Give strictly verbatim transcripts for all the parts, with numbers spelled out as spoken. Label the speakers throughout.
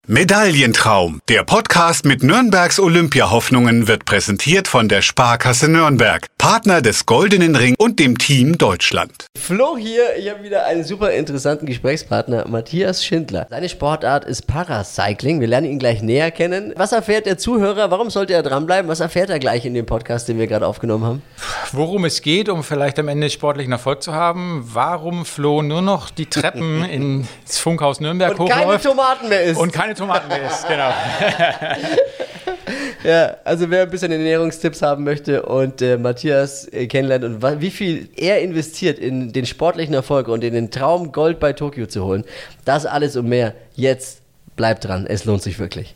Speaker 1: Medaillentraum. Der Podcast mit Nürnbergs Olympiahoffnungen wird präsentiert von der Sparkasse Nürnberg, Partner des Goldenen Ring und dem Team Deutschland.
Speaker 2: Flo hier, ich habe wieder einen super interessanten Gesprächspartner, Matthias Schindler. Seine Sportart ist Paracycling, wir lernen ihn gleich näher kennen. Was erfährt der Zuhörer, warum sollte er dranbleiben, was erfährt er gleich in dem Podcast, den wir gerade aufgenommen haben?
Speaker 3: Worum es geht, um vielleicht am Ende sportlichen Erfolg zu haben, warum Flo nur noch die Treppen ins Funkhaus Nürnberg
Speaker 2: und
Speaker 3: hochläuft.
Speaker 2: Und keine Tomaten mehr isst.
Speaker 3: Und keine Tomaten mehr isst, genau.
Speaker 2: Ja, also wer ein bisschen Ernährungstipps haben möchte und äh, Matthias äh, kennenlernt und wa- wie viel er investiert in den sportlichen Erfolg und in den Traum, Gold bei Tokio zu holen, das alles und mehr, jetzt bleibt dran, es lohnt sich wirklich.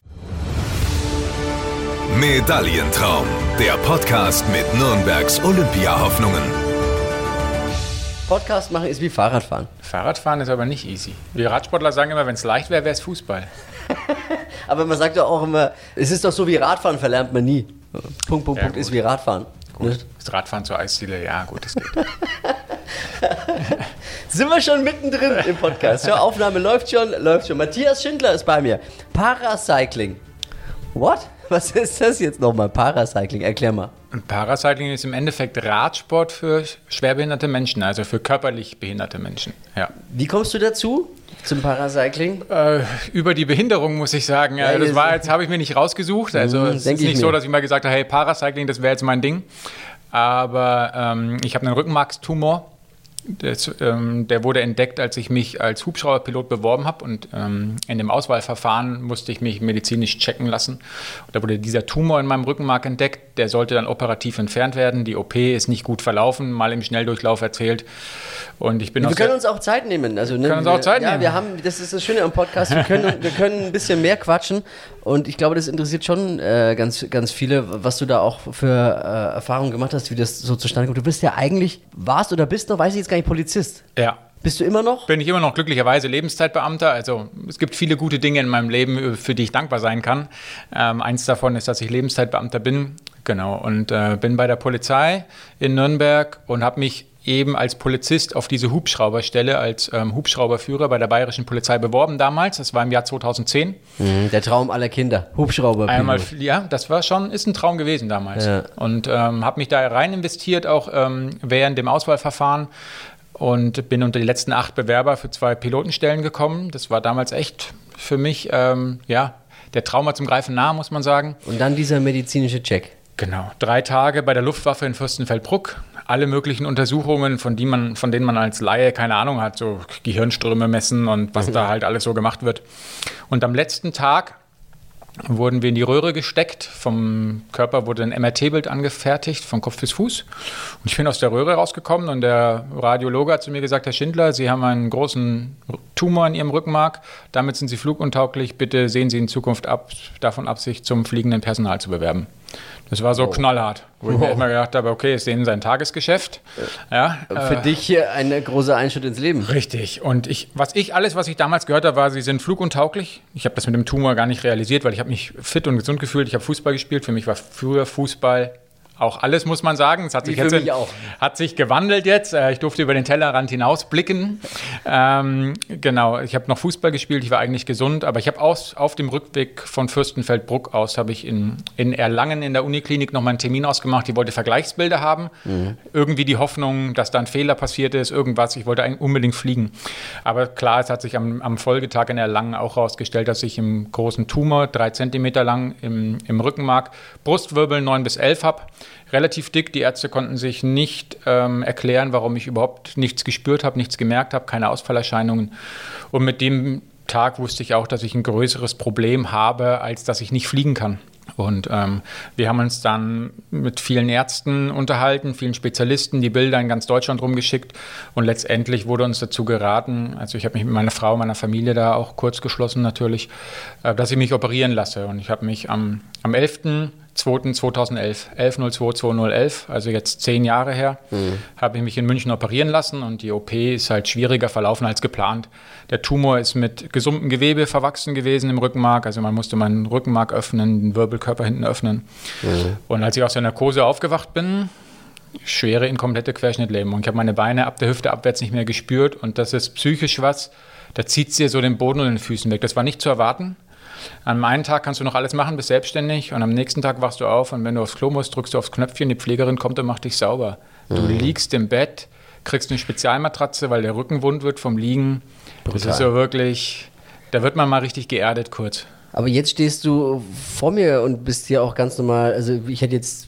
Speaker 4: Medaillentraum, der Podcast mit Nürnbergs Olympiahoffnungen.
Speaker 2: Podcast machen ist wie Fahrradfahren.
Speaker 3: Fahrradfahren ist aber nicht easy. Wir Radsportler sagen immer, wenn es leicht wäre, wäre es Fußball.
Speaker 2: Aber man sagt ja auch immer, es ist doch so wie Radfahren, verlernt man nie. Punkt, Punkt,
Speaker 3: Ja,
Speaker 2: Punkt
Speaker 3: gut.
Speaker 2: ist wie Radfahren.
Speaker 3: Gut,
Speaker 2: Ne?
Speaker 3: das Radfahren zur Eisdiele, ja gut, das geht.
Speaker 2: Sind wir schon mittendrin im Podcast. Ja, Aufnahme läuft schon, läuft schon. Matthias Schindler ist bei mir. Paracycling. What? Was ist das jetzt nochmal? Paracycling, erklär mal.
Speaker 3: Und Paracycling ist im Endeffekt Radsport für schwerbehinderte Menschen, also für körperlich behinderte Menschen. Ja.
Speaker 2: Wie kommst du dazu, zum Paracycling?
Speaker 3: Äh, über die Behinderung muss ich sagen.
Speaker 2: Ja,
Speaker 3: Ja, das
Speaker 2: das-
Speaker 3: war jetzt habe ich mir nicht rausgesucht. Also
Speaker 2: Mhm,
Speaker 3: es ist
Speaker 2: denk ich
Speaker 3: nicht
Speaker 2: mir.
Speaker 3: so, dass ich mal gesagt habe, hey, Paracycling, das wäre jetzt mein Ding. Aber ähm, ich habe einen Rückenmarkstumor. Das, ähm, der wurde entdeckt, als ich mich als Hubschrauberpilot beworben habe und ähm, in dem Auswahlverfahren musste ich mich medizinisch checken lassen. Und da wurde dieser Tumor in meinem Rückenmark entdeckt, der sollte dann operativ entfernt werden. Die O P ist nicht gut verlaufen, mal im Schnelldurchlauf erzählt. Und ich bin
Speaker 2: Wir
Speaker 3: aus
Speaker 2: können
Speaker 3: der-
Speaker 2: uns auch Zeit nehmen. Also, ne,
Speaker 3: können uns auch Zeit
Speaker 2: ja,
Speaker 3: nehmen.
Speaker 2: Wir haben, das ist das Schöne am Podcast, wir können, wir können ein bisschen mehr quatschen und ich glaube, das interessiert schon äh, ganz, ganz viele, was du da auch für äh, Erfahrungen gemacht hast, wie das so zustande kommt. Du bist ja eigentlich, warst oder bist noch, weiß ich jetzt gar nicht, Polizist.
Speaker 3: ja.
Speaker 2: Bist du immer noch?
Speaker 3: Bin ich immer noch glücklicherweise Lebenszeitbeamter. Also es gibt viele gute Dinge in meinem Leben, für die ich dankbar sein kann. Ähm, eins davon ist, dass ich Lebenszeitbeamter bin. Genau. Und äh, bin bei der Polizei in Nürnberg und habe mich eben als Polizist auf diese Hubschrauberstelle, als ähm, Hubschrauberführer bei der Bayerischen Polizei beworben damals. Das war im Jahr zweitausendzehn.
Speaker 2: Mhm, der Traum aller Kinder. Hubschrauber.
Speaker 3: Einmal, ja, das war schon, ist ein Traum gewesen damals.
Speaker 2: Ja.
Speaker 3: Und ähm, habe mich da rein investiert, auch ähm, während dem Auswahlverfahren. Und bin unter die letzten acht Bewerber für zwei Pilotenstellen gekommen. Das war damals echt für mich, ähm, ja, der Traum war zum Greifen nah, muss man sagen.
Speaker 2: Und dann dieser medizinische Check.
Speaker 3: Genau, drei Tage bei der Luftwaffe in Fürstenfeldbruck. Alle möglichen Untersuchungen, von, die man, von denen man als Laie keine Ahnung hat, so Gehirnströme messen und was da halt alles so gemacht wird. Und am letzten Tag wurden wir in die Röhre gesteckt. Vom Körper wurde ein M R T-Bild angefertigt, von Kopf bis Fuß. Und ich bin aus der Röhre rausgekommen und der Radiologe hat zu mir gesagt, Herr Schindler, Sie haben einen großen Tumor in Ihrem Rückenmark, damit sind Sie fluguntauglich. Bitte sehen Sie in Zukunft ab, davon ab, sich zum fliegenden Personal zu bewerben. Das war so
Speaker 2: Oh.
Speaker 3: knallhart, wo ich
Speaker 2: Oh.
Speaker 3: mir immer gedacht habe, okay, ist denen sein Tagesgeschäft. Ja,
Speaker 2: Für
Speaker 3: äh,
Speaker 2: dich hier ein großer Einschnitt ins Leben.
Speaker 3: Richtig. Und ich, was ich, alles, was ich damals gehört habe, war, sie sind fluguntauglich. Ich habe das mit dem Tumor gar nicht realisiert, weil ich habe mich fit und gesund gefühlt. Ich habe Fußball gespielt. Für mich war früher Fußball auch alles, muss man sagen. Es hat sich
Speaker 2: Wie für
Speaker 3: jetzt
Speaker 2: mich auch.
Speaker 3: hat sich gewandelt jetzt. Äh, Ich durfte über den Tellerrand hinaus blicken. Ähm, genau, ich habe noch Fußball gespielt. Ich war eigentlich gesund, aber ich habe aus, auf dem Rückweg von Fürstenfeldbruck aus habe ich in, in Erlangen in der Uniklinik noch mal einen Termin ausgemacht. Die wollte Vergleichsbilder haben.
Speaker 2: Mhm.
Speaker 3: Irgendwie die Hoffnung, dass da ein Fehler passiert ist, irgendwas. Ich wollte eigentlich unbedingt fliegen. Aber klar, es hat sich am, am Folgetag in Erlangen auch herausgestellt, dass ich einen großen Tumor, drei Zentimeter lang im, im Rückenmark, Brustwirbel neun bis elf habe. Relativ dick. Die Ärzte konnten sich nicht ähm, erklären, warum ich überhaupt nichts gespürt habe, nichts gemerkt habe, keine Ausfallerscheinungen. Und mit dem Tag wusste ich auch, dass ich ein größeres Problem habe, als dass ich nicht fliegen kann. Und ähm, wir haben uns dann mit vielen Ärzten unterhalten, vielen Spezialisten, die Bilder in ganz Deutschland rumgeschickt. Und letztendlich wurde uns dazu geraten, also ich habe mich mit meiner Frau, meiner Familie da auch kurz geschlossen natürlich, äh, dass ich mich operieren lasse. Und ich habe mich am, am elften zweiten zweitausendelf, elf null zwei zweitausendelf, also jetzt zehn Jahre her, mhm. habe ich mich in München operieren lassen und die O P ist halt schwieriger verlaufen als geplant. Der Tumor ist mit gesundem Gewebe verwachsen gewesen im Rückenmark, also man musste meinen Rückenmark öffnen, den Wirbelkörper hinten öffnen. Mhm. Und als ich aus der Narkose aufgewacht bin, schwere inkomplette Querschnittlähmung. Ich habe meine Beine ab der Hüfte abwärts nicht mehr gespürt und das ist psychisch was, da zieht es dir so den Boden unter den Füßen weg. Das war nicht zu erwarten. Am einen Tag kannst du noch alles machen, bist selbstständig und am nächsten Tag wachst du auf und wenn du aufs Klo musst, drückst du aufs Knöpfchen, die Pflegerin kommt und macht dich sauber. Du mhm. liegst im Bett, kriegst eine Spezialmatratze, weil der Rücken wund wird vom Liegen. Brutal. Das ist so wirklich, da wird man mal richtig geerdet kurz.
Speaker 2: Aber jetzt stehst du vor mir und bist ja auch ganz normal, also ich hätte jetzt,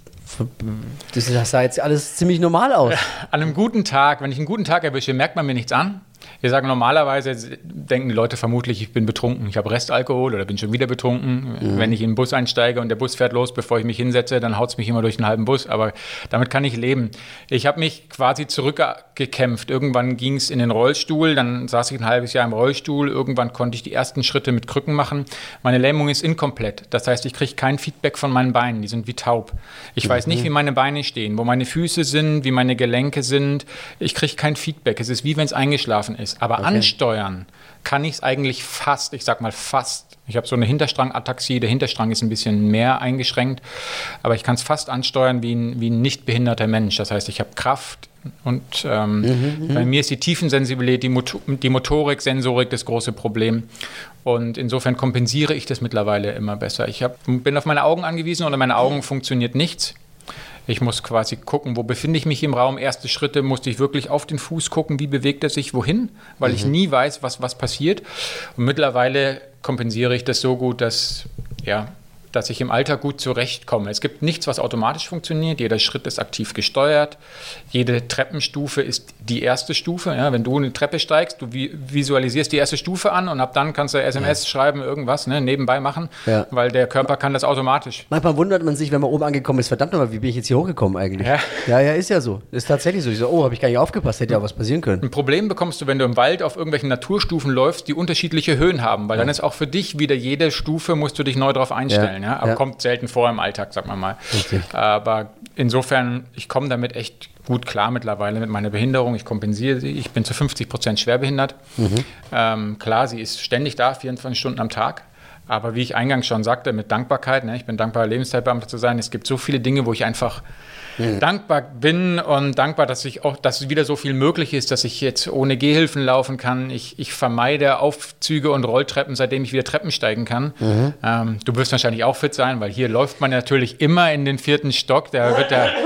Speaker 2: das sah jetzt alles ziemlich normal aus.
Speaker 3: An einem guten Tag, wenn ich einen guten Tag erwische, merkt man mir nichts an. Wir sagen normalerweise, denken die Leute vermutlich, ich bin betrunken, ich habe Restalkohol oder bin schon wieder betrunken. Mhm. Wenn ich in den Bus einsteige und der Bus fährt los, bevor ich mich hinsetze, dann haut es mich immer durch den halben Bus. Aber damit kann ich leben. Ich habe mich quasi zurückgekämpft. Irgendwann ging es in den Rollstuhl, dann saß ich ein halbes Jahr im Rollstuhl. Irgendwann konnte ich die ersten Schritte mit Krücken machen. Meine Lähmung ist inkomplett. Das heißt, ich kriege kein Feedback von meinen Beinen. Die sind wie taub. Ich mhm. weiß nicht, wie meine Beine stehen, wo meine Füße sind, wie meine Gelenke sind. Ich kriege kein Feedback. Es ist wie wenn es eingeschlafen ist. Aber okay. ansteuern kann ich es eigentlich fast, ich sag mal fast. Ich habe so eine Hinterstrangataxie, der Hinterstrang ist ein bisschen mehr eingeschränkt, aber ich kann es fast ansteuern wie ein, wie ein nicht behinderter Mensch. Das heißt, ich habe Kraft und ähm, mhm, bei mir ist die Tiefensensibilität, die, Motor, die Motorik, Sensorik das große Problem. Und insofern kompensiere ich das mittlerweile immer besser. Ich hab, bin auf meine Augen angewiesen und an meine Augen funktioniert nichts. Ich muss quasi gucken, wo befinde ich mich im Raum. Erste Schritte musste ich wirklich auf den Fuß gucken, wie bewegt er sich, wohin, weil mhm. ich nie weiß, was, was passiert. Und mittlerweile kompensiere ich das so gut, dass, ja, dass ich im Alltag gut zurechtkomme. Es gibt nichts, was automatisch funktioniert. Jeder Schritt ist aktiv gesteuert. Jede Treppenstufe ist die erste Stufe. Ja, wenn du eine Treppe steigst, du visualisierst die erste Stufe an und ab dann kannst du S M S ja. schreiben, irgendwas ne, nebenbei machen, ja. weil der Körper kann das automatisch.
Speaker 2: Manchmal wundert man sich, wenn man oben angekommen ist, verdammt nochmal, wie bin ich jetzt hier hochgekommen eigentlich? Ja, ja, ja ist ja so. Ist tatsächlich so. Ich so, oh, habe ich gar nicht aufgepasst, hätte ja auch was passieren können.
Speaker 3: Ein Problem bekommst du, wenn du im Wald auf irgendwelchen Naturstufen läufst, die unterschiedliche Höhen haben, weil ja. dann ist auch für dich wieder jede Stufe, musst du dich neu drauf einstellen. Ja. Ja? Aber ja. kommt selten vor im Alltag, sagen wir mal. Okay. Aber insofern, ich komme damit echt gut klar mittlerweile mit meiner Behinderung. Ich kompensiere sie. Ich bin zu fünfzig Prozent schwerbehindert. Mhm. Ähm, klar, sie ist ständig da, vierundzwanzig Stunden am Tag. Aber wie ich eingangs schon sagte, mit Dankbarkeit, ne, ich bin dankbar, Lebenszeitbeamter zu sein. Es gibt so viele Dinge, wo ich einfach mhm. dankbar bin und dankbar, dass ich auch, dass wieder so viel möglich ist, dass ich jetzt ohne Gehhilfen laufen kann. Ich, ich vermeide Aufzüge und Rolltreppen, seitdem ich wieder Treppen steigen kann. Mhm. Ähm, du wirst wahrscheinlich auch fit sein, weil hier läuft man natürlich immer in den vierten Stock. Da wird der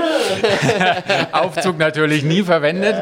Speaker 3: Aufzug natürlich nie verwendet.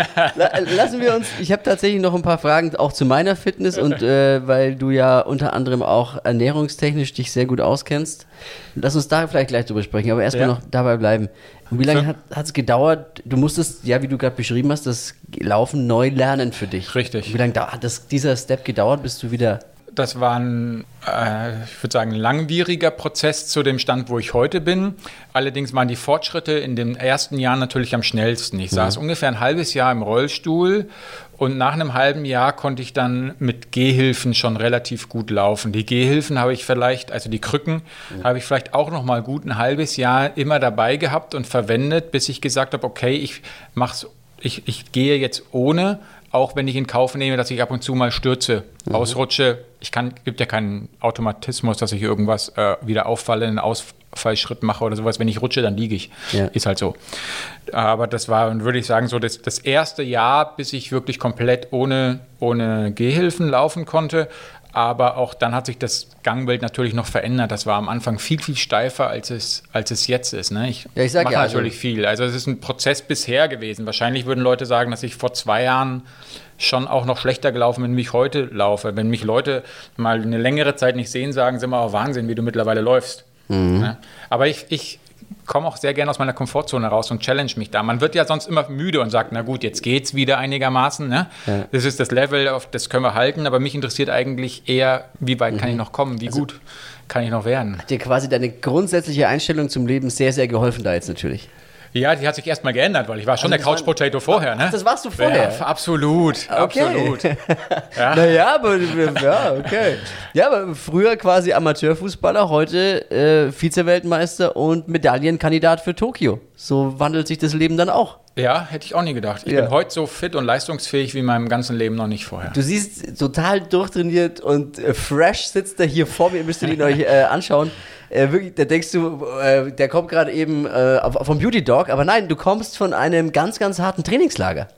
Speaker 2: Lassen wir uns, ich habe tatsächlich noch ein paar Fragen auch zu meiner Fitness und äh, weil du ja unter anderem auch ernährungstechnisch dich sehr gut auskennst. Lass uns da vielleicht gleich drüber sprechen, aber erstmal ja. noch dabei bleiben. Und wie lange hat es gedauert? Du musstest, ja, wie du gerade beschrieben hast, das Laufen neu lernen für dich.
Speaker 3: Richtig.
Speaker 2: Und wie lange hat das, dieser Step gedauert, bis du wieder...
Speaker 3: Das war ein, äh, ich würde sagen, langwieriger Prozess zu dem Stand, wo ich heute bin. Allerdings waren die Fortschritte in den ersten Jahren natürlich am schnellsten. Ich mhm. saß ungefähr ein halbes Jahr im Rollstuhl und nach einem halben Jahr konnte ich dann mit Gehhilfen schon relativ gut laufen. Die Gehhilfen habe ich vielleicht, also die Krücken, mhm. habe ich vielleicht auch noch mal gut ein halbes Jahr immer dabei gehabt und verwendet, bis ich gesagt habe, okay, ich mach's, ich, ich gehe jetzt ohne, auch wenn ich in Kauf nehme, dass ich ab und zu mal stürze, mhm. ausrutsche. Ich kann, gibt ja keinen Automatismus, dass ich irgendwas äh, wieder auffalle, einen Ausfallschritt mache oder sowas. Wenn ich rutsche, dann liege ich. Ja. Ist halt so. Aber das war, würde ich sagen, so das, das erste Jahr, bis ich wirklich komplett ohne, ohne Gehhilfen laufen konnte. Aber auch dann hat sich das Gangbild natürlich noch verändert. Das war am Anfang viel, viel steifer, als es, als es jetzt ist. Ne? Ich, ja, ich mache ja, natürlich also viel. Also es ist ein Prozess bisher gewesen. Wahrscheinlich würden Leute sagen, dass ich vor zwei Jahren schon auch noch schlechter gelaufen bin, wie ich heute laufe. Wenn mich Leute mal eine längere Zeit nicht sehen, sagen sie immer, oh, Wahnsinn, wie du mittlerweile läufst. Mhm. Ne? Aber ich... ich komme auch sehr gerne aus meiner Komfortzone raus und challenge mich da. Man wird ja sonst immer müde und sagt, na gut, jetzt geht's wieder einigermaßen. Ne? Ja. Das ist das Level, auf das können wir halten, aber mich interessiert eigentlich eher, wie weit mhm. kann ich noch kommen, wie also, gut kann ich noch werden.
Speaker 2: Hat dir quasi deine grundsätzliche Einstellung zum Leben sehr, sehr geholfen da jetzt natürlich?
Speaker 3: Ja, die hat sich erstmal geändert, weil ich war schon also der Couch Potato vorher. Ne?
Speaker 2: Ach, das warst du vorher?
Speaker 3: Ja, absolut, okay. absolut.
Speaker 2: Ja. Naja, aber, ja, okay. Ja, aber früher quasi Amateurfußballer, heute äh, Vize-Weltmeister und Medaillenkandidat für Tokio. So wandelt sich das Leben dann auch.
Speaker 3: Ja, hätte ich auch nie gedacht. Ich ja. bin heute so fit und leistungsfähig wie in meinem ganzen Leben noch nicht vorher.
Speaker 2: Du siehst total durchtrainiert und äh, fresh sitzt er hier vor mir, müsst ihr ihn euch äh, anschauen. Äh, wirklich, da denkst du, äh, der kommt gerade eben äh, vom Beauty Dog, aber nein, du kommst von einem ganz, ganz harten Trainingslager.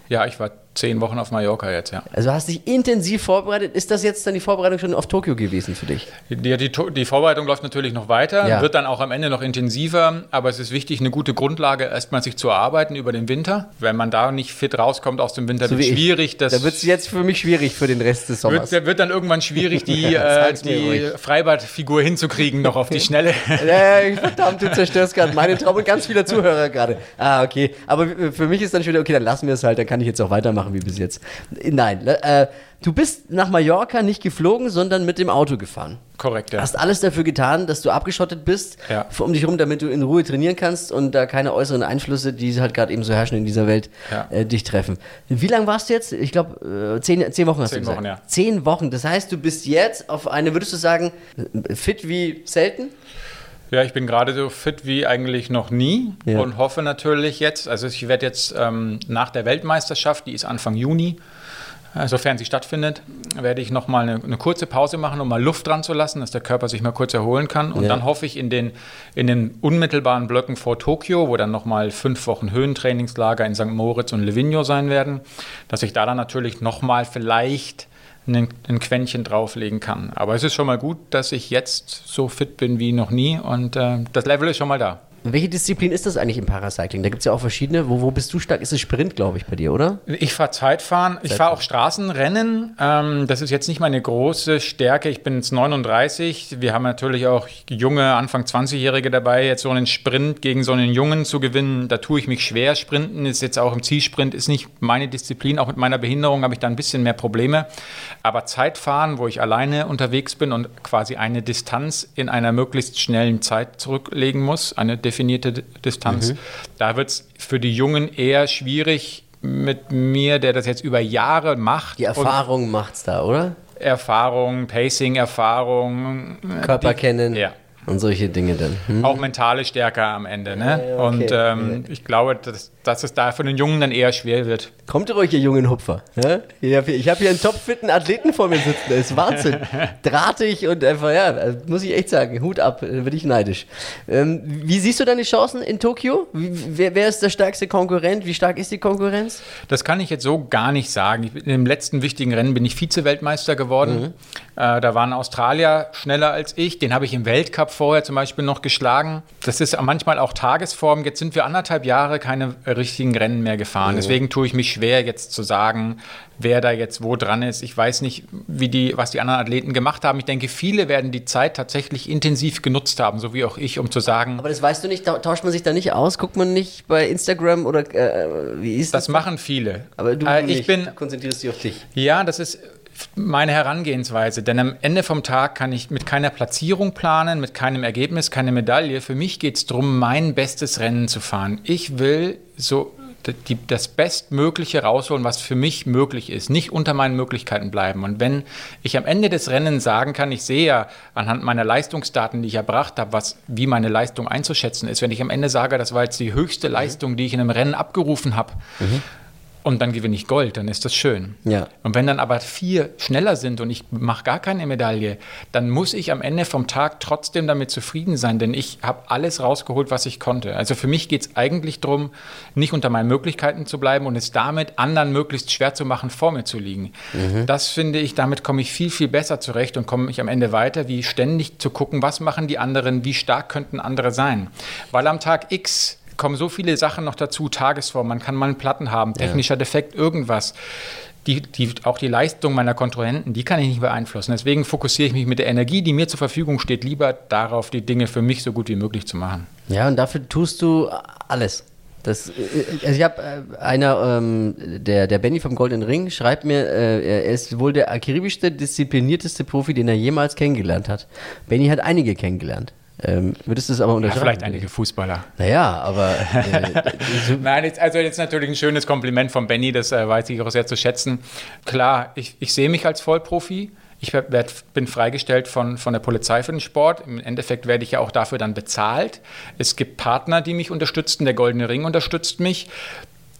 Speaker 3: Ja, ich war zehn Wochen auf Mallorca jetzt, ja.
Speaker 2: Also hast dich intensiv vorbereitet. Ist das jetzt dann die Vorbereitung schon auf Tokio gewesen für dich?
Speaker 3: Die, die, die Vorbereitung läuft natürlich noch weiter,
Speaker 2: ja.
Speaker 3: wird dann auch am Ende noch intensiver, aber es ist wichtig, eine gute Grundlage erstmal sich zu erarbeiten über den Winter. Wenn man da nicht fit rauskommt aus dem Winter,
Speaker 2: so
Speaker 3: wird es schwierig. Das
Speaker 2: da wird es jetzt für mich schwierig für den Rest des Sommers.
Speaker 3: Wird, wird dann irgendwann schwierig, die, äh, die Freibadfigur hinzukriegen, noch auf die Schnelle.
Speaker 2: Ja, verdammt, du zerstörst gerade meinen Traum und ganz viele Zuhörer gerade. Ah, okay. Aber für mich ist dann schon wieder, okay, dann lassen wir es halt, dann kann ich jetzt auch weitermachen wie bis jetzt. Nein, äh, du bist nach Mallorca nicht geflogen, sondern mit dem Auto gefahren.
Speaker 3: Korrekt, ja.
Speaker 2: Hast alles dafür getan, dass du abgeschottet bist,
Speaker 3: ja.
Speaker 2: um dich rum, damit du in Ruhe trainieren kannst und da keine äußeren Einflüsse, die halt gerade eben so herrschen in dieser Welt,
Speaker 3: ja.
Speaker 2: äh, dich treffen. Wie lange warst du jetzt? Ich glaube, äh, zehn, zehn Wochen hast
Speaker 3: zehn
Speaker 2: du gesagt.
Speaker 3: Wochen, ja.
Speaker 2: Zehn Wochen. Das heißt, du bist jetzt auf eine, würdest du sagen, fit wie selten?
Speaker 3: Ja, ich bin gerade so fit wie eigentlich noch nie
Speaker 2: ja.
Speaker 3: und hoffe natürlich jetzt, also ich werde jetzt ähm, nach der Weltmeisterschaft, die ist Anfang Juni, äh, sofern sie stattfindet, werde ich nochmal eine, eine kurze Pause machen, um mal Luft dran zu lassen, dass der Körper sich mal kurz erholen kann. Und ja. dann hoffe ich in den, in den unmittelbaren Blöcken vor Tokio, wo dann nochmal fünf Wochen Höhentrainingslager in Sankt Moritz und Livigno sein werden, dass ich da dann natürlich nochmal vielleicht ein, ein Quäntchen drauflegen kann. Aber es ist schon mal gut, dass ich jetzt so fit bin wie noch nie und äh, das Level ist schon mal da.
Speaker 2: Welche Disziplin ist das eigentlich im Paracycling? Da gibt es ja auch verschiedene. Wo, wo bist du stark? Ist es Sprint, glaube ich, bei dir, oder?
Speaker 3: Ich fahre Zeitfahren. Ich fahre auch Straßenrennen. Ähm, das ist jetzt nicht meine große Stärke. Ich bin jetzt neununddreißig. Wir haben natürlich auch junge, Anfang zwanzigjährige dabei. Jetzt so einen Sprint gegen so einen Jungen zu gewinnen, da tue ich mich schwer. Sprinten ist jetzt auch im Zielsprint, ist nicht meine Disziplin. Auch mit meiner Behinderung habe ich da ein bisschen mehr Probleme. Aber Zeitfahren, wo ich alleine unterwegs bin und quasi eine Distanz in einer möglichst schnellen Zeit zurücklegen muss, eine definierte Distanz. Mhm. Da wird es für die Jungen eher schwierig mit mir, der das jetzt über Jahre macht.
Speaker 2: Die Erfahrung macht's da, oder?
Speaker 3: Erfahrung, Pacing-Erfahrung.
Speaker 2: Körper
Speaker 3: die,
Speaker 2: kennen.
Speaker 3: Ja.
Speaker 2: Und solche Dinge dann. Hm.
Speaker 3: Auch mentale Stärke am Ende. Ne?
Speaker 2: Ja, okay.
Speaker 3: Und ähm, ich glaube, dass, dass es da für den Jungen dann eher schwer wird.
Speaker 2: Kommt ruhig, ihr jungen Hupfer. Ja? Ich habe hier, hab hier einen topfitten Athleten vor mir sitzen. Das ist Wahnsinn. Drahtig und einfach, ja, also muss ich echt sagen, Hut ab, da bin ich neidisch. Ähm, wie siehst du deine Chancen in Tokio? Wie, wer, wer ist der stärkste Konkurrent? Wie stark ist die Konkurrenz?
Speaker 3: Das kann ich jetzt so gar nicht sagen. Ich, in dem letzten wichtigen Rennen bin ich Vize-Weltmeister geworden. Mhm. Äh, da waren Australier schneller als ich. Den habe ich im Weltcup vorher zum Beispiel noch geschlagen. Das ist manchmal auch Tagesform. Jetzt sind wir anderthalb Jahre keine richtigen Rennen mehr gefahren. Mhm. Deswegen tue ich mich schwer, jetzt zu sagen, wer da jetzt wo dran ist. Ich weiß nicht, wie die, was die anderen Athleten gemacht haben. Ich denke, viele werden die Zeit tatsächlich intensiv genutzt haben, so wie auch ich, um zu sagen...
Speaker 2: Aber das weißt du nicht, tauscht man sich da nicht aus? Guckt man nicht bei Instagram oder äh, wie ist das?
Speaker 3: Das machen viele.
Speaker 2: Aber du,
Speaker 3: äh,
Speaker 2: du
Speaker 3: ich
Speaker 2: nicht.
Speaker 3: bin,
Speaker 2: Du konzentrierst dich auf dich.
Speaker 3: Ja, das ist meine Herangehensweise, denn am Ende vom Tag kann ich mit keiner Platzierung planen, mit keinem Ergebnis, keine Medaille. Für mich geht es darum, mein bestes Rennen zu fahren. Ich will so die, das Bestmögliche rausholen, was für mich möglich ist, nicht unter meinen Möglichkeiten bleiben. Und wenn ich am Ende des Rennens sagen kann, ich sehe ja anhand meiner Leistungsdaten, die ich erbracht habe, was, wie meine Leistung einzuschätzen ist, wenn ich am Ende sage, das war jetzt die höchste Leistung, die ich in einem Rennen abgerufen habe, mhm. und dann gewinne ich Gold, dann ist das schön.
Speaker 2: Ja.
Speaker 3: Und wenn dann aber vier schneller sind und ich mache gar keine Medaille, dann muss ich am Ende vom Tag trotzdem damit zufrieden sein, denn ich habe alles rausgeholt, was ich konnte. Also für mich geht es eigentlich darum, nicht unter meinen Möglichkeiten zu bleiben und es damit anderen möglichst schwer zu machen, vor mir zu liegen. Mhm. Das finde ich, damit komme ich viel, viel besser zurecht und komme ich am Ende weiter, wie ständig zu gucken, was machen die anderen, wie stark könnten andere sein. Weil am Tag X kommen so viele Sachen noch dazu, Tagesform, man kann mal einen Platten haben, technischer ja. Defekt, irgendwas. Die, die, auch die Leistung meiner Kontrahenten, die kann ich nicht beeinflussen. Deswegen fokussiere ich mich mit der Energie, die mir zur Verfügung steht, lieber darauf, die Dinge für mich so gut wie möglich zu machen.
Speaker 2: Ja, und dafür tust du alles. Das, also ich habe äh, einer, ähm, der, der Benny vom Golden Ring schreibt mir, äh, er ist wohl der akribischste, disziplinierteste Profi, den er jemals kennengelernt hat. Benny hat einige kennengelernt. Ähm, würdest du es aber unterschreiben?
Speaker 3: Ja, vielleicht einige Fußballer.
Speaker 2: Naja, aber... Äh,
Speaker 3: so Nein, jetzt, also jetzt natürlich ein schönes Kompliment von Benny, das äh, weiß ich auch sehr zu schätzen. Klar, ich, ich sehe mich als Vollprofi. Ich werd, bin freigestellt von, von der Polizei für den Sport. Im Endeffekt werde ich ja auch dafür dann bezahlt. Es gibt Partner, die mich unterstützen. Der Goldene Ring unterstützt mich.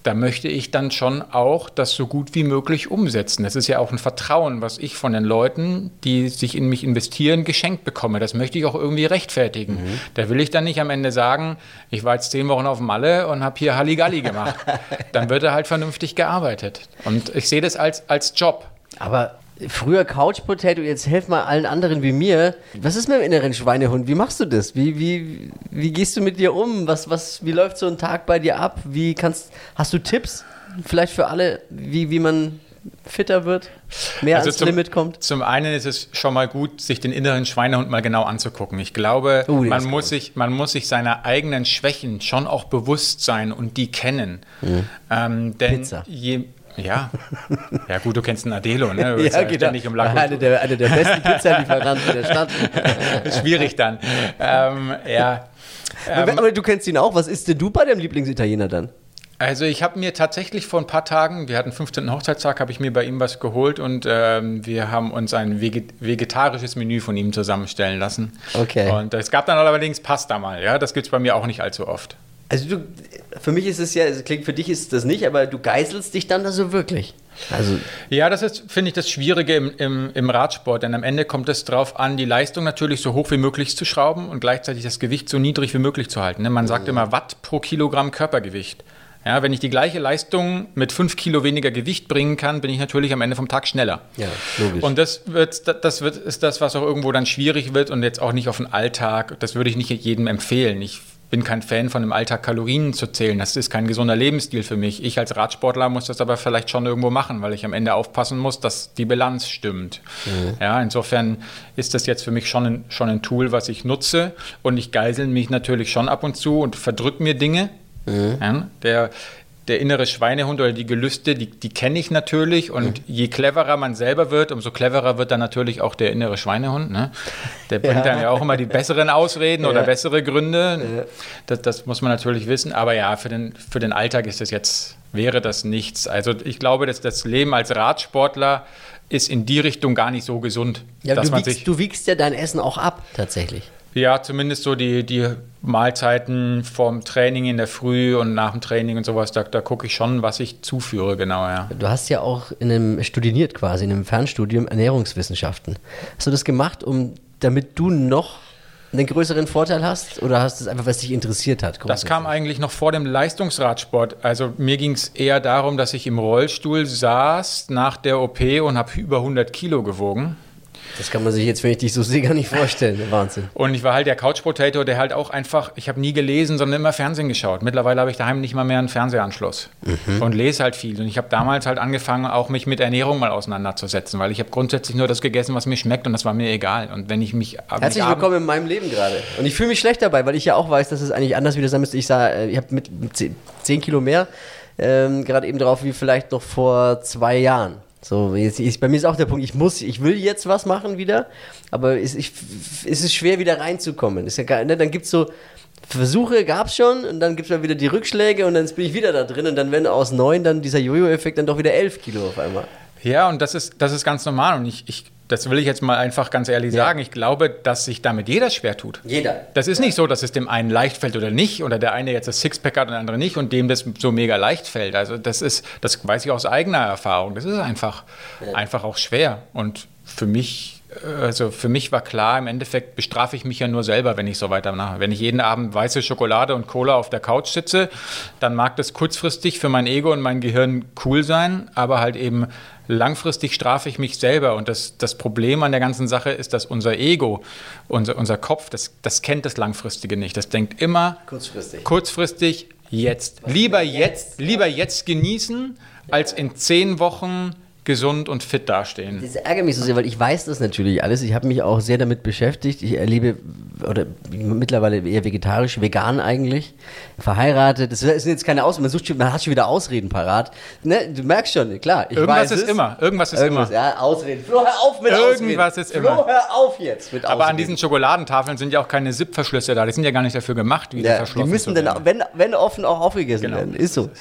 Speaker 3: da möchte ich dann schon auch das so gut wie möglich umsetzen. Das ist ja auch ein Vertrauen, was ich von den Leuten, die sich in mich investieren, geschenkt bekomme. Das möchte ich auch irgendwie rechtfertigen. Mhm. Da will ich dann nicht am Ende sagen, ich war jetzt zehn Wochen auf Malle und habe hier Halligalli gemacht. Dann wird er halt vernünftig gearbeitet. Und ich sehe das als, als Job.
Speaker 2: Aber früher Couch Potato, jetzt helf mal allen anderen wie mir. Was ist mit dem inneren Schweinehund? Wie machst du das? Wie, wie, wie gehst du mit dir um? Was, was, wie läuft so ein Tag bei dir ab? Wie kannst, hast du Tipps vielleicht für alle, wie, wie man fitter wird, mehr
Speaker 3: also
Speaker 2: ans
Speaker 3: zum,
Speaker 2: Limit kommt?
Speaker 3: Zum einen ist es schon mal gut, sich den inneren Schweinehund mal genau anzugucken. Ich glaube,
Speaker 2: uh,
Speaker 3: man, muss sich, man muss sich seiner eigenen Schwächen schon auch bewusst sein und die kennen. Mhm. Ähm, denn
Speaker 2: Pizza.
Speaker 3: Je, Ja, ja gut, du kennst einen Adelo, ne? Du
Speaker 2: ja,
Speaker 3: ja
Speaker 2: genau.
Speaker 3: ständig um Lack und
Speaker 2: Eine der, eine der besten Pizzalieferanten der Stadt.
Speaker 3: Schwierig dann. Ähm, ja.
Speaker 2: Ähm, Aber du kennst ihn auch. Was isst denn du bei deinem Lieblingsitaliener dann?
Speaker 3: Also ich habe mir tatsächlich vor ein paar Tagen, wir hatten fünfzehnten Hochzeitstag, habe ich mir bei ihm was geholt und ähm, wir haben uns ein veget- vegetarisches Menü von ihm zusammenstellen lassen.
Speaker 2: Okay.
Speaker 3: Und es gab dann allerdings Pasta mal, ja, das gibt es bei mir auch nicht allzu oft.
Speaker 2: Also du, für mich ist es ja, es klingt, für dich ist das nicht, aber du geißelst dich dann da so wirklich. Also
Speaker 3: ja, das ist, finde ich, das Schwierige im, im, im Radsport, denn am Ende kommt es darauf an, die Leistung natürlich so hoch wie möglich zu schrauben und gleichzeitig das Gewicht so niedrig wie möglich zu halten. Man sagt immer Watt pro Kilogramm Körpergewicht. Ja, wenn ich die gleiche Leistung mit fünf Kilo weniger Gewicht bringen kann, bin ich natürlich am Ende vom Tag schneller.
Speaker 2: Ja, logisch.
Speaker 3: Und das, wird, das wird, ist das, was auch irgendwo dann schwierig wird und jetzt auch nicht auf den Alltag. Das würde ich nicht jedem empfehlen. Ich bin kein Fan von im Alltag Kalorien zu zählen. Das ist kein gesunder Lebensstil für mich. Ich als Radsportler muss das aber vielleicht schon irgendwo machen, weil ich am Ende aufpassen muss, dass die Bilanz stimmt. Mhm. Ja, insofern ist das jetzt für mich schon ein, schon ein Tool, was ich nutze. Und ich geisel mich natürlich schon ab und zu und verdrück mir Dinge. Mhm. Ja, der, der innere Schweinehund oder die Gelüste, die, die kenne ich natürlich. Und mhm. je cleverer man selber wird, umso cleverer wird dann natürlich auch der innere Schweinehund. Ne? Der bringt ja. dann ja auch immer die besseren Ausreden ja. oder bessere Gründe. Ja. Das, das muss man natürlich wissen. Aber ja, für den, für den Alltag ist das jetzt, wäre das nichts. Also ich glaube, dass das Leben als Radsportler ist in die Richtung gar nicht so gesund.
Speaker 2: Ja,
Speaker 3: dass
Speaker 2: du,
Speaker 3: man
Speaker 2: wiegst,
Speaker 3: sich,
Speaker 2: du wiegst ja dein Essen auch ab, tatsächlich.
Speaker 3: Ja, zumindest so die, die Mahlzeiten vorm Training in der Früh und nach dem Training und sowas, da, da gucke ich schon, was ich zuführe, genau, ja.
Speaker 2: Du hast ja auch in einem studiert quasi, in einem Fernstudium Ernährungswissenschaften. Hast du das gemacht, um, damit du noch einen größeren Vorteil hast oder hast du es einfach, was dich interessiert hat?
Speaker 3: Das kam eigentlich noch vor dem Leistungsradsport. Also mir ging es eher darum, dass ich im Rollstuhl saß nach der O P und habe über hundert Kilo gewogen.
Speaker 2: Das kann man sich jetzt, wenn ich dich so sehe, gar nicht vorstellen. Wahnsinn.
Speaker 3: Und ich war halt der Couch Potato, der halt auch einfach, ich habe nie gelesen, sondern immer Fernsehen geschaut. Mittlerweile habe ich daheim nicht mal mehr einen Fernsehanschluss mhm. und lese halt viel. Und ich habe damals halt angefangen, auch mich mit Ernährung mal auseinanderzusetzen, weil ich habe grundsätzlich nur das gegessen, was mir schmeckt und das war mir egal. Und wenn ich mich
Speaker 2: Herzlich
Speaker 3: mich
Speaker 2: willkommen in meinem Leben gerade. Und ich fühle mich schlecht dabei, weil ich ja auch weiß, dass es eigentlich anders wieder sein müsste. Ich sah, ich habe mit zehn Kilo mehr ähm, gerade eben drauf wie vielleicht noch vor zwei Jahren. So, jetzt, ich, bei mir ist auch der Punkt, ich muss, ich will jetzt was machen wieder, aber es, ich, es ist schwer wieder reinzukommen. Ist ja gar, ne, dann gibt es so Versuche, gab es schon und dann gibt es mal wieder die Rückschläge und dann bin ich wieder da drin und dann werden aus neun dann dieser Jojo-Effekt dann doch wieder elf Kilo auf einmal.
Speaker 3: Ja, und das ist, das ist ganz normal und ich, ich das will ich jetzt mal einfach ganz ehrlich ja. sagen. Ich glaube, dass sich damit jeder schwer tut.
Speaker 2: Jeder.
Speaker 3: Das ist
Speaker 2: ja.
Speaker 3: nicht so, dass es dem einen leicht fällt oder nicht oder der eine jetzt das Sixpack hat und der andere nicht und dem das so mega leicht fällt. Also das ist, das weiß ich aus eigener Erfahrung. Das ist einfach, ja. einfach auch schwer. Und für mich, also für mich war klar, im Endeffekt bestrafe ich mich ja nur selber, wenn ich so weitermache. Wenn ich jeden Abend weiße Schokolade und Cola auf der Couch sitze, dann mag das kurzfristig für mein Ego und mein Gehirn cool sein, aber halt eben langfristig strafe ich mich selber. Und das, das Problem an der ganzen Sache ist, dass unser Ego, unser, unser Kopf, das, das kennt das Langfristige nicht. Das denkt immer
Speaker 2: kurzfristig,
Speaker 3: kurzfristig jetzt. Lieber jetzt, lieber jetzt genießen, als in zehn Wochen gesund und fit dastehen.
Speaker 2: Das ärgert mich so sehr, weil ich weiß das natürlich alles. Ich habe mich auch sehr damit beschäftigt. Ich erlebe, oder mittlerweile eher vegetarisch, vegan eigentlich, verheiratet. Das sind jetzt keine Ausreden, man, sucht schon, man hat schon wieder Ausreden parat. Ne? Du merkst schon, klar, ich
Speaker 3: Irgendwas
Speaker 2: weiß
Speaker 3: ist
Speaker 2: es.
Speaker 3: immer, irgendwas ist
Speaker 2: Irgendwas,
Speaker 3: immer.
Speaker 2: Ja, Ausreden. Flo, hör auf mit
Speaker 3: Irgendwas
Speaker 2: Ausreden.
Speaker 3: Irgendwas ist
Speaker 2: Flo,
Speaker 3: immer.
Speaker 2: hör auf jetzt mit Ausreden.
Speaker 3: Aber an diesen Schokoladentafeln sind ja auch keine Zip-Verschlüsse da. Die sind ja gar nicht dafür gemacht, wie
Speaker 2: ja,
Speaker 3: die verschlossen
Speaker 2: Die müssen dann, wenn, wenn offen, auch aufgegessen genau. werden. Ist so.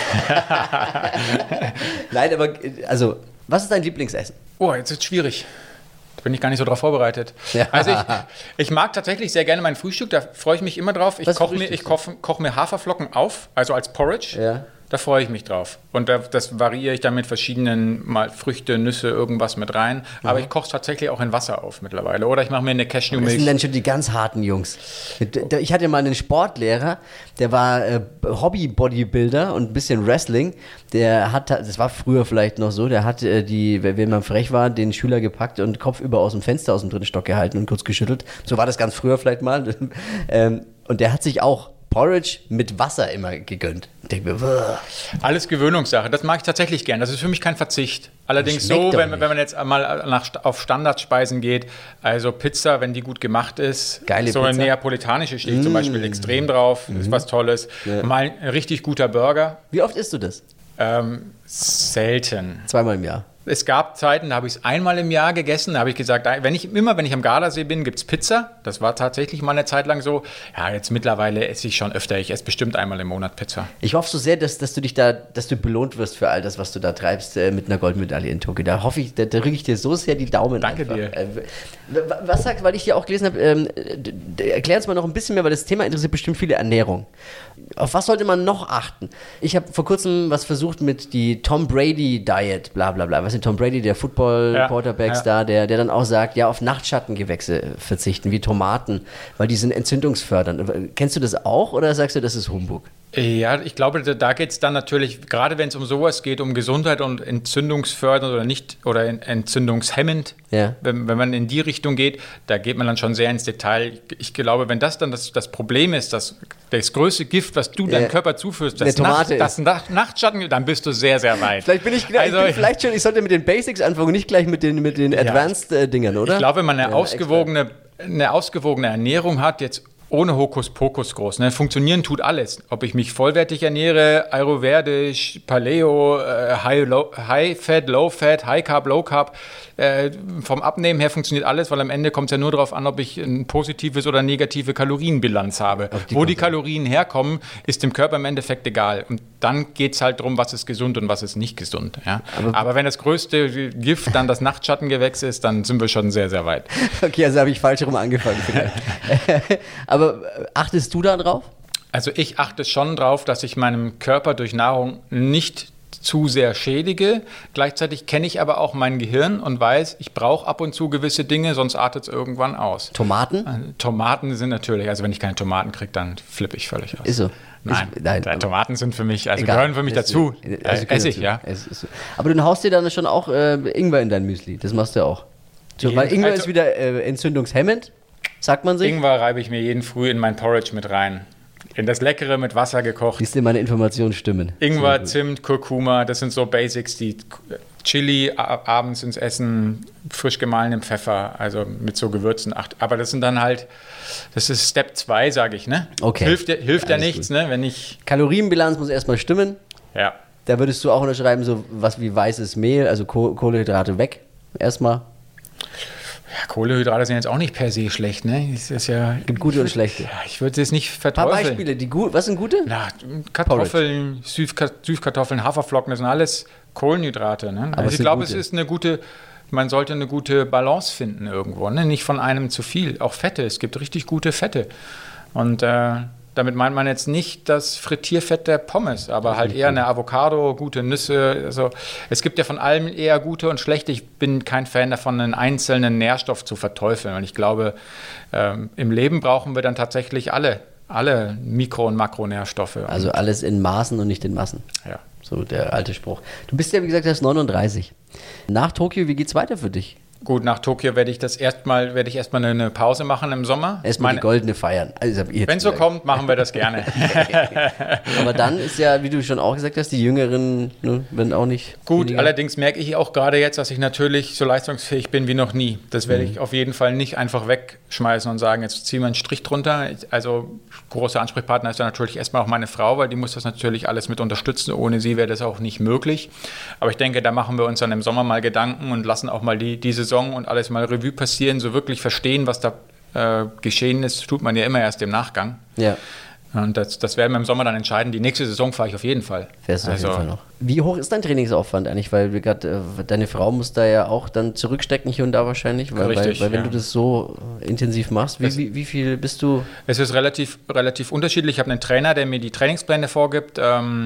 Speaker 2: Nein, aber, also... Was ist dein Lieblingsessen?
Speaker 3: Oh, jetzt ist es schwierig. Da bin ich gar nicht so drauf vorbereitet. Ja. Also ich, ich mag tatsächlich sehr gerne mein Frühstück, da freue ich mich immer drauf. Ich koche mir, koch, koch mir Haferflocken auf, also als Porridge.
Speaker 2: Ja.
Speaker 3: Da freue ich mich drauf. Und da, das variiere ich dann mit verschiedenen, mal Früchte, Nüsse, irgendwas mit rein. Mhm. Aber ich koche es tatsächlich auch in Wasser auf mittlerweile. Oder ich mache mir eine Cashewmilch.
Speaker 2: Das sind dann schon die ganz harten Jungs. Ich hatte mal einen Sportlehrer, der war äh, Hobby-Bodybuilder und ein bisschen Wrestling. Der hat, das war früher vielleicht noch so, der hat äh, die, wenn man frech war, den Schüler gepackt und kopfüber aus dem Fenster aus dem dritten Stock gehalten und kurz geschüttelt. So war das ganz früher vielleicht mal. ähm, und der hat sich auch Porridge mit Wasser immer gegönnt. Ich denke mir, Wah.
Speaker 3: Alles Gewöhnungssache. Das mag ich tatsächlich gern. Das ist für mich kein Verzicht. Allerdings so, wenn, wenn man jetzt mal nach, auf Standardspeisen geht, also Pizza, wenn die gut gemacht ist,
Speaker 2: geile
Speaker 3: so
Speaker 2: Pizza.
Speaker 3: Eine neapolitanische stehe ich mm. zum Beispiel extrem drauf, mm. ist was Tolles. Ja. Mal ein richtig guter Burger.
Speaker 2: Wie oft isst du das?
Speaker 3: Ähm, selten.
Speaker 2: Zweimal im Jahr.
Speaker 3: Es gab Zeiten, da habe ich es einmal im Jahr gegessen. Da habe ich gesagt, wenn ich, immer wenn ich am Gardasee bin, gibt es Pizza. Das war tatsächlich mal eine Zeit lang so. Ja, jetzt mittlerweile esse ich schon öfter. Ich esse bestimmt einmal im Monat Pizza.
Speaker 2: Ich hoffe so sehr, dass, dass du dich da, dass du belohnt wirst für all das, was du da treibst äh, mit einer Goldmedaille in Tokio. Da hoffe ich, da, da rücke ich dir so sehr die Daumen.
Speaker 3: Danke
Speaker 2: einfach.
Speaker 3: dir.
Speaker 2: Äh, was sagst, weil ich dir auch gelesen habe, ähm, erklär uns mal noch ein bisschen mehr, weil das Thema interessiert bestimmt viele Ernährung. Auf was sollte man noch achten? Ich habe vor kurzem was versucht mit die Tom Brady Diet, bla bla bla. Was ist Tom Brady, der Football-Quarterback-Star, ja, ja. der, der dann auch sagt, ja, auf Nachtschattengewächse verzichten, wie Tomaten, weil die sind entzündungsfördernd. Kennst du das auch oder sagst du, das ist Humbug?
Speaker 3: Ja, ich glaube, da geht es dann natürlich, gerade wenn es um sowas geht, um Gesundheit und entzündungsfördernd oder nicht oder entzündungshemmend, ja. wenn, wenn man in die Richtung geht, da geht man dann schon sehr ins Detail. Ich, ich glaube, wenn das dann das, das Problem ist, dass das größte Gift, was du deinem ja. Körper zuführst, das, Nacht, das Nacht, Nachtschatten, dann bist du sehr, sehr weit.
Speaker 2: Vielleicht bin ich, also, ich bin vielleicht schon, ich sollte mit den Basics anfangen und nicht gleich mit den, mit den ja, Advanced-Dingern, oder?
Speaker 3: Ich glaube, wenn man eine, ja, ausgewogene, eine ausgewogene Ernährung hat, jetzt ohne Hokuspokus groß. Ne? Funktionieren tut alles. Ob ich mich vollwertig ernähre, ayurvedisch, Paleo, äh, High, low, High Fat, Low Fat, High Carb, Low Carb. Äh, vom Abnehmen her funktioniert alles, weil am Ende kommt es ja nur darauf an, ob ich ein positives oder negative Kalorienbilanz habe. Die Wo die Kalorien herkommen, ist dem Körper im Endeffekt egal. Und dann geht es halt darum, was ist gesund und was ist nicht gesund. Ja? Aber, Aber wenn das größte Gift dann das Nachtschattengewächs ist, dann sind wir schon sehr, sehr weit.
Speaker 2: Okay, also habe ich falsch rum angefangen. Aber achtest du da drauf?
Speaker 3: Also ich achte schon drauf, dass ich meinem Körper durch Nahrung nicht zu sehr schädige. Gleichzeitig kenne ich aber auch mein Gehirn und weiß, ich brauche ab und zu gewisse Dinge, sonst artet es irgendwann aus.
Speaker 2: Tomaten?
Speaker 3: Tomaten sind natürlich, also wenn ich keine Tomaten kriege, dann flippe ich völlig aus.
Speaker 2: Ist so?
Speaker 3: Nein,
Speaker 2: ich, nein
Speaker 3: Tomaten sind für mich, also egal, gehören für mich es, dazu.
Speaker 2: Also
Speaker 3: esse ich, ja.
Speaker 2: Es ist so. Aber du haust dir dann schon auch äh, Ingwer in dein Müsli, das machst du ja auch. So, weil Ingwer also, ist wieder äh, entzündungshemmend, sagt man sich.
Speaker 3: Ingwer reibe ich mir jeden Früh in mein Porridge mit rein. In das Leckere mit Wasser gekocht.
Speaker 2: Siehst du, meine Informationen stimmen.
Speaker 3: Ingwer, Zimt, Kurkuma, das sind so Basics, die Chili abends ins Essen, frisch gemahlenem Pfeffer, also mit so Gewürzen. Aber das sind dann halt, das ist Step zwei, sage ich, ne?
Speaker 2: Okay.
Speaker 3: Hilft, hilft ja nichts, gut. ne? Wenn ich...
Speaker 2: Kalorienbilanz muss erstmal stimmen.
Speaker 3: Ja.
Speaker 2: Da würdest du auch unterschreiben, so was wie weißes Mehl, also Kohlenhydrate weg, erstmal.
Speaker 3: Ja, Kohlenhydrate sind jetzt auch nicht per se schlecht, ne? Es ist ja,
Speaker 2: gibt gute und schlechte.
Speaker 3: Ja, ich würde es nicht verteufeln.
Speaker 2: Ein paar Beispiele, die gut, was sind gute?
Speaker 3: Na, Kartoffeln, Süßkartoffeln, Haferflocken, das sind alles Kohlenhydrate, ne?
Speaker 2: Aber
Speaker 3: also ich glaube, es ist eine gute, man sollte eine gute Balance finden irgendwo, ne? Nicht von einem zu viel. Auch Fette, es gibt richtig gute Fette. Und äh, damit meint man jetzt nicht das Frittierfett der Pommes, aber halt eher eine Avocado, gute Nüsse. Also es gibt ja von allem eher gute und schlechte. Ich bin kein Fan davon, einen einzelnen Nährstoff zu verteufeln. Und ich glaube, ähm, im Leben brauchen wir dann tatsächlich alle, alle Mikro- und Makronährstoffe.
Speaker 2: Also alles in Maßen und nicht in Massen.
Speaker 3: Ja.
Speaker 2: So der alte Spruch. Du bist ja, wie gesagt, erst neununddreißig. Nach Tokio, wie geht's weiter für dich?
Speaker 3: Gut, nach Tokio werde ich das erstmal, werde ich erstmal eine Pause machen im Sommer.
Speaker 2: Erstmal die goldene feiern. Also,
Speaker 3: wenn es so kommt, machen wir das gerne.
Speaker 2: Aber dann ist ja, wie du schon auch gesagt hast, die Jüngeren, ne, werden auch nicht.
Speaker 3: Gut,
Speaker 2: weniger.
Speaker 3: Allerdings merke ich auch gerade jetzt, dass ich natürlich so leistungsfähig bin wie noch nie. Das werde mhm. ich auf jeden Fall nicht einfach wegschmeißen und sagen, jetzt ziehen wir einen Strich drunter. Also großer Ansprechpartner ist dann natürlich erstmal auch meine Frau, weil die muss das natürlich alles mit unterstützen. Ohne sie wäre das auch nicht möglich. Aber ich denke, da machen wir uns dann im Sommer mal Gedanken und lassen auch mal die, die Saison und alles mal Revue passieren, so wirklich verstehen, was da äh, geschehen ist, tut man ja immer erst im Nachgang.
Speaker 2: Ja.
Speaker 3: Und das, das werden wir im Sommer dann entscheiden. Die nächste Saison fahre ich auf jeden Fall.
Speaker 2: Fährst du
Speaker 3: also,
Speaker 2: auf jeden Fall noch. Wie hoch ist dein Trainingsaufwand eigentlich? Weil wir grad, äh, deine Frau muss da ja auch dann zurückstecken hier und da wahrscheinlich. Weil,
Speaker 3: richtig,
Speaker 2: weil, weil wenn
Speaker 3: ja.
Speaker 2: du das so intensiv machst, wie, wie, wie viel bist du?
Speaker 3: Es ist relativ, relativ unterschiedlich. Ich habe einen Trainer, der mir die Trainingspläne vorgibt. Ähm,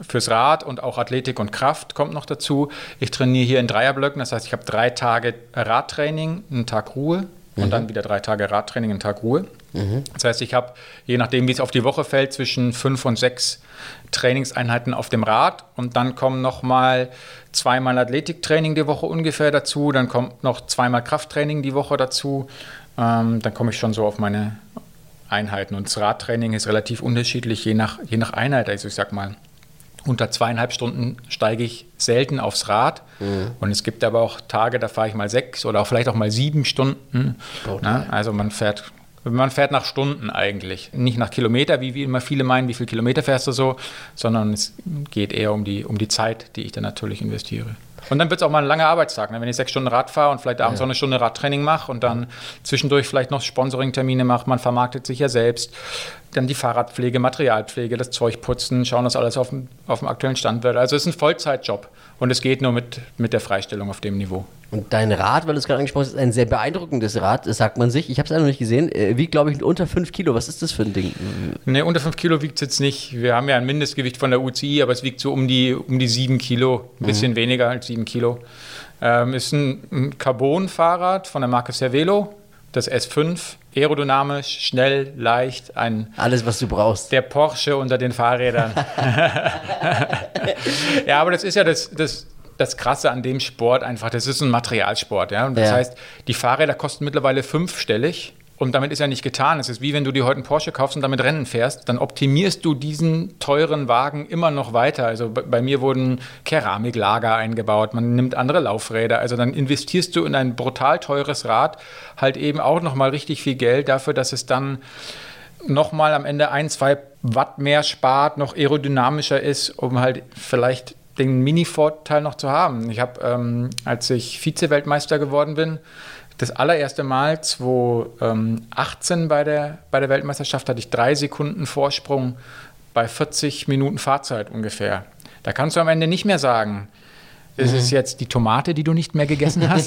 Speaker 3: fürs Rad und auch Athletik und Kraft kommt noch dazu. Ich trainiere hier in Dreierblöcken, das heißt, ich habe drei Tage Radtraining, einen Tag Ruhe und mhm. dann wieder drei Tage Radtraining, einen Tag Ruhe. Mhm. Das heißt, ich habe, je nachdem, wie es auf die Woche fällt, zwischen fünf und sechs Trainingseinheiten auf dem Rad und dann kommen nochmal zweimal Athletiktraining die Woche ungefähr dazu, dann kommt noch zweimal Krafttraining die Woche dazu, ähm, dann komme ich schon so auf meine Einheiten. Und das Radtraining ist relativ unterschiedlich, je nach, je nach Einheit. Also ich sag mal, unter zweieinhalb Stunden steige ich selten aufs Rad. Mhm. Und es gibt aber auch Tage, da fahre ich mal sechs oder auch vielleicht auch mal sieben Stunden. Oh, ne? Also man fährt, man fährt nach Stunden eigentlich. Nicht nach Kilometer, wie, wie immer viele meinen, wie viele Kilometer fährst du so, sondern es geht eher um die, um die Zeit, die ich dann natürlich investiere. Und dann wird es auch mal ein langer Arbeitstag, ne? Wenn ich sechs Stunden Rad fahre und vielleicht abends ja. auch eine Stunde Radtraining mache und dann zwischendurch vielleicht noch Sponsoring-Termine mache, man vermarktet sich ja selbst, dann die Fahrradpflege, Materialpflege, das Zeug putzen, schauen, dass alles auf dem, auf dem aktuellen Stand wird. Also es ist ein Vollzeitjob und es geht nur mit, mit der Freistellung auf dem Niveau.
Speaker 2: Und dein Rad, weil du es gerade angesprochen hast, ist ein sehr beeindruckendes Rad, das sagt man sich. Ich habe es noch nicht gesehen, wiegt, glaube ich, unter fünf Kilo. Was ist das für ein Ding?
Speaker 3: Ne, unter fünf Kilo wiegt es jetzt nicht. Wir haben ja ein Mindestgewicht von der U C I, aber es wiegt so um die, um die sieben Kilo, ein bisschen mhm. weniger als sieben Kilo. Ähm, ist ein, ein Carbon-Fahrrad von der Marke Cervelo, das S fünf, aerodynamisch, schnell, leicht. Ein
Speaker 2: Alles, was du brauchst.
Speaker 3: Der Porsche unter den Fahrrädern. Ja, aber das ist ja das... das Das Krasse an dem Sport einfach, das ist ein Materialsport. Ja? Und das ja. heißt, die Fahrräder kosten mittlerweile fünfstellig und damit ist ja nicht getan. Es ist wie wenn du dir heute einen Porsche kaufst und damit Rennen fährst, dann optimierst du diesen teuren Wagen immer noch weiter. Also bei, bei mir wurden Keramiklager eingebaut, man nimmt andere Laufräder. Also dann investierst du in ein brutal teures Rad halt eben auch nochmal richtig viel Geld dafür, dass es dann nochmal am Ende ein, zwei Watt mehr spart, noch aerodynamischer ist, um halt vielleicht den Mini-Vorteil noch zu haben. Ich habe, ähm, als ich Vize-Weltmeister geworden bin, das allererste Mal zweitausendachtzehn bei der, bei der Weltmeisterschaft hatte ich drei Sekunden Vorsprung bei vierzig Minuten Fahrzeit ungefähr. Da kannst du am Ende nicht mehr sagen, ist es jetzt die Tomate, die du nicht mehr gegessen hast?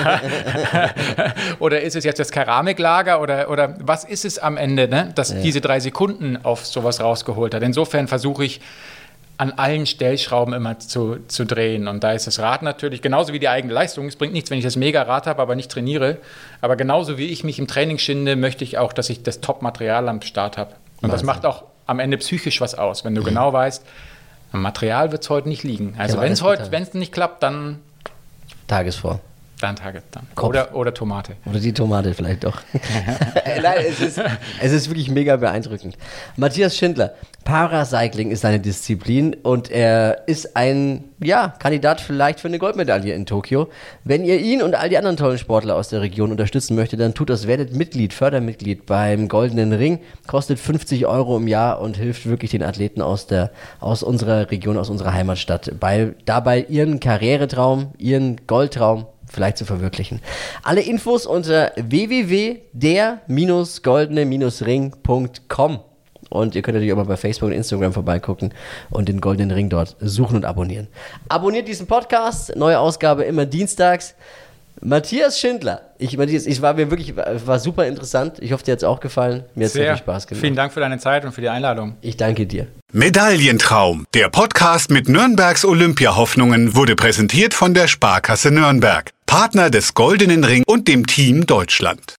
Speaker 3: Oder ist es jetzt das Keramiklager? Oder, oder was ist es am Ende, ne, dass ja. diese drei Sekunden auf sowas rausgeholt hat? Insofern versuche ich, an allen Stellschrauben immer zu, zu drehen. Und da ist das Rad natürlich, genauso wie die eigene Leistung, es bringt nichts, wenn ich das Mega-Rad habe, aber nicht trainiere. Aber genauso wie ich mich im Training schinde, möchte ich auch, dass ich das Top-Material am Start habe. Und Wahnsinn. Das macht auch am Ende psychisch was aus, wenn du mhm. genau weißt, am Material wird es heute nicht liegen. Also wenn es heute, wenn es nicht klappt, dann
Speaker 2: Tagesform.
Speaker 3: Dann Tage, dann. Oder, oder Tomate.
Speaker 2: Oder die Tomate vielleicht doch. Nein, es ist, es ist wirklich mega beeindruckend. Matthias Schindler, Paracycling ist seine Disziplin und er ist ein ja, Kandidat vielleicht für eine Goldmedaille in Tokio. Wenn ihr ihn und all die anderen tollen Sportler aus der Region unterstützen möchtet, dann tut das, werdet Mitglied, Fördermitglied beim Goldenen Ring. Kostet fünfzig Euro im Jahr und hilft wirklich den Athleten aus, der, aus unserer Region, aus unserer Heimatstadt, bei, dabei ihren Karrieretraum, ihren Goldtraum vielleicht zu verwirklichen. Alle Infos unter w w w punkt der goldene ring punkt com und ihr könnt natürlich auch mal bei Facebook und Instagram vorbeigucken und den Goldenen Ring dort suchen und abonnieren. Abonniert diesen Podcast, neue Ausgabe immer dienstags. Matthias Schindler, ich, Matthias, ich war mir wirklich, war super interessant. Ich hoffe, dir hat es auch gefallen. Mir hat es sehr viel Spaß gemacht.
Speaker 3: Vielen Dank für deine Zeit und für die Einladung.
Speaker 2: Ich danke dir.
Speaker 1: Medaillentraum. Der Podcast mit Nürnbergs Olympiahoffnungen wurde präsentiert von der Sparkasse Nürnberg, Partner des Goldenen Ring und dem Team Deutschland.